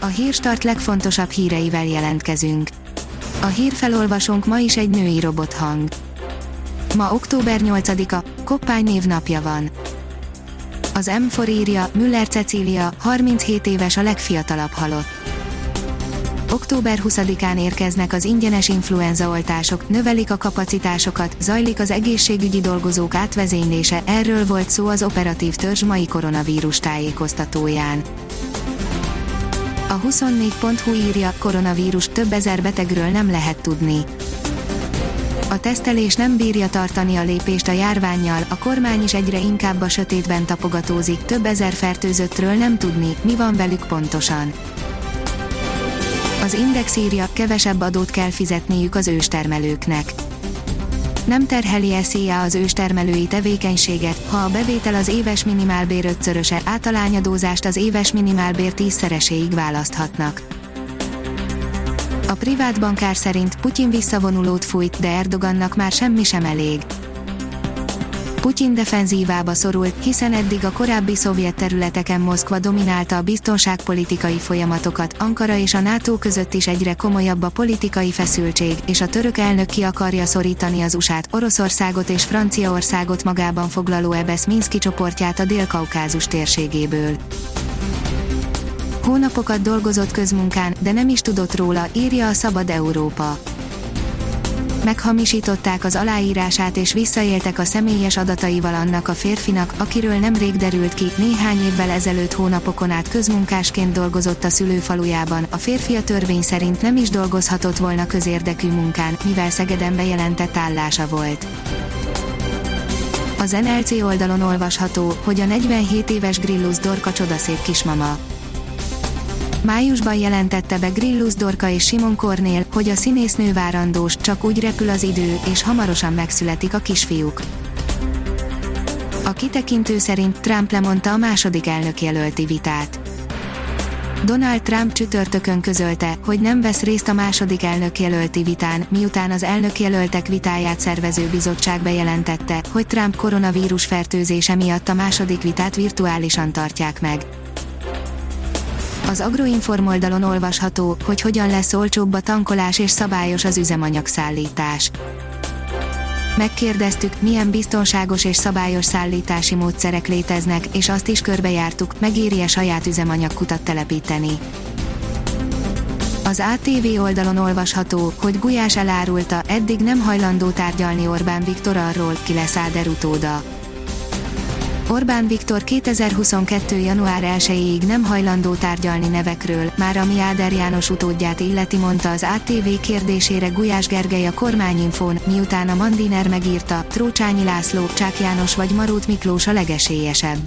A Hírstart legfontosabb híreivel jelentkezünk. A hírfelolvasónk ma is egy női robothang. Ma október 8-a, Koppány névnapja van. Az M4 írja, Müller Cecília, 37 éves a legfiatalabb halott. Október 20-án érkeznek az ingyenes influenzaoltások, növelik a kapacitásokat, zajlik az egészségügyi dolgozók átvezénylése, erről volt szó az operatív törzs mai koronavírus tájékoztatóján. A 24.hu írja, koronavírus, több ezer betegről nem lehet tudni. A tesztelés nem bírja tartani a lépést a járvánnyal, a kormány is egyre inkább a sötétben tapogatózik, több ezer fertőzöttről nem tudni, mi van velük pontosan. Az Index írja, kevesebb adót kell fizetniük az őstermelőknek. Nem terheli SZIA az őstermelői tevékenységet, ha a bevétel az éves minimálbér 5-szöröse, általányadózást az éves minimálbér 10-szereséig választhatnak. A privát bankár szerint Putyin visszavonulót fújt, de Erdogannak már semmi sem elég. Putyin defenzívába szorult, hiszen eddig a korábbi szovjet területeken Moszkva dominálta a biztonságpolitikai folyamatokat, Ankara és a NATO között is egyre komolyabb a politikai feszültség, és a török elnök ki akarja szorítani az USA-t, Oroszországot és Franciaországot magában foglaló EBESZ Minszki csoportját a Dél-Kaukázus térségéből. Hónapokat dolgozott közmunkán, de nem is tudott róla, írja a Szabad Európa. Meghamisították az aláírását és visszaéltek a személyes adataival annak a férfinak, akiről nemrég derült ki, néhány évvel ezelőtt hónapokon át közmunkásként dolgozott a szülőfalujában, a férfi a törvény szerint nem is dolgozhatott volna közérdekű munkán, mivel Szegeden bejelentett állása volt. Az NLC oldalon olvasható, hogy a 47 éves Grillus Dorka csodaszép kismama. Májusban jelentette be Grillus Dorka és Simon Kornél, hogy a színésznő várandós, csak úgy repül az idő, és hamarosan megszületik a kisfiúk. A kitekintő szerint Trump lemondta a második elnökjelölti vitát. Donald Trump csütörtökön közölte, hogy nem vesz részt a második elnökjelölti vitán, miután az elnökjelöltek vitáját szervező bizottság bejelentette, hogy Trump koronavírus fertőzése miatt a második vitát virtuálisan tartják meg. Az Agroinform oldalon olvasható, hogy hogyan lesz olcsóbb a tankolás és szabályos az üzemanyagszállítás. Megkérdeztük, milyen biztonságos és szabályos szállítási módszerek léteznek, és azt is körbejártuk, megéri-e saját üzemanyagkutat telepíteni. Az ATV oldalon olvasható, hogy Gulyás elárulta, eddig nem hajlandó tárgyalni Orbán Viktor arról, ki lesz Áder utóda. Orbán Viktor 2022. január 1-ig nem hajlandó tárgyalni nevekről, már ami Áder János utódját illeti, mondta az ATV kérdésére Gulyás Gergely a Kormányinfón, miután a Mandiner megírta, Trócsányi László, Csák János vagy Marót Miklós a legesélyesebb.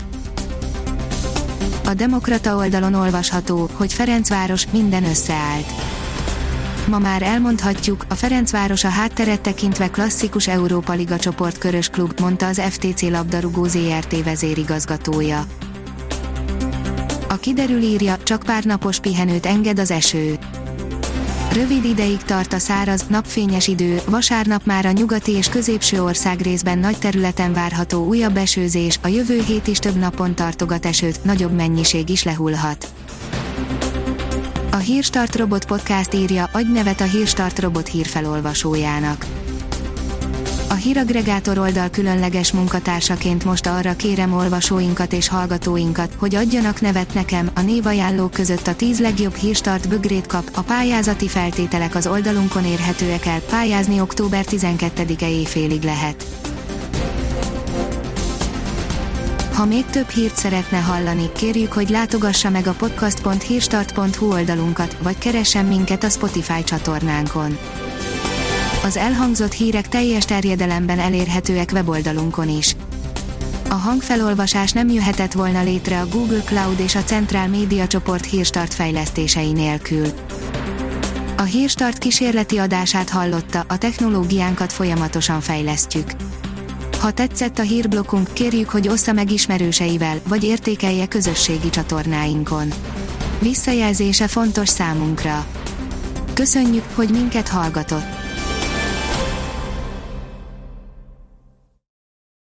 A Demokrata oldalon olvasható, hogy Ferencváros, minden összeállt. Ma már elmondhatjuk, a Ferencváros a hátteret tekintve klasszikus Európa Liga csoportkörös klub, mondta az FTC labdarúgó ZRT vezérigazgatója. A Kiderül írja, csak pár napos pihenőt enged az eső. Rövid ideig tart a száraz, napfényes idő, vasárnap már a nyugati és középső országrészben nagy területen várható újabb esőzés, a jövő hét is több napon tartogat esőt, nagyobb mennyiség is lehullhat. A Hírstart Robot Podcast írja, adj nevet a Hírstart Robot hírfelolvasójának. A Híraggregátor oldal különleges munkatársaként most arra kérem olvasóinkat és hallgatóinkat, hogy adjanak nevet nekem, a névajánlók között a 10 legjobb Hírstart bögrét kap, a pályázati feltételek az oldalunkon érhetőek el, pályázni október 12-e éjfélig lehet. Ha még több hírt szeretne hallani, kérjük, hogy látogassa meg a podcast.hírstart.hu oldalunkat, vagy keressen minket a Spotify csatornánkon. Az elhangzott hírek teljes terjedelemben elérhetőek weboldalunkon is. A hangfelolvasás nem jöhetett volna létre a Google Cloud és a Central Media csoport Hírstart fejlesztései nélkül. A Hírstart kísérleti adását hallotta, a technológiánkat folyamatosan fejlesztjük. Ha tetszett a hírblokkunk, kérjük, hogy ossza meg ismerőseivel, vagy értékelje közösségi csatornáinkon. Visszajelzése fontos számunkra. Köszönjük, hogy minket hallgatott!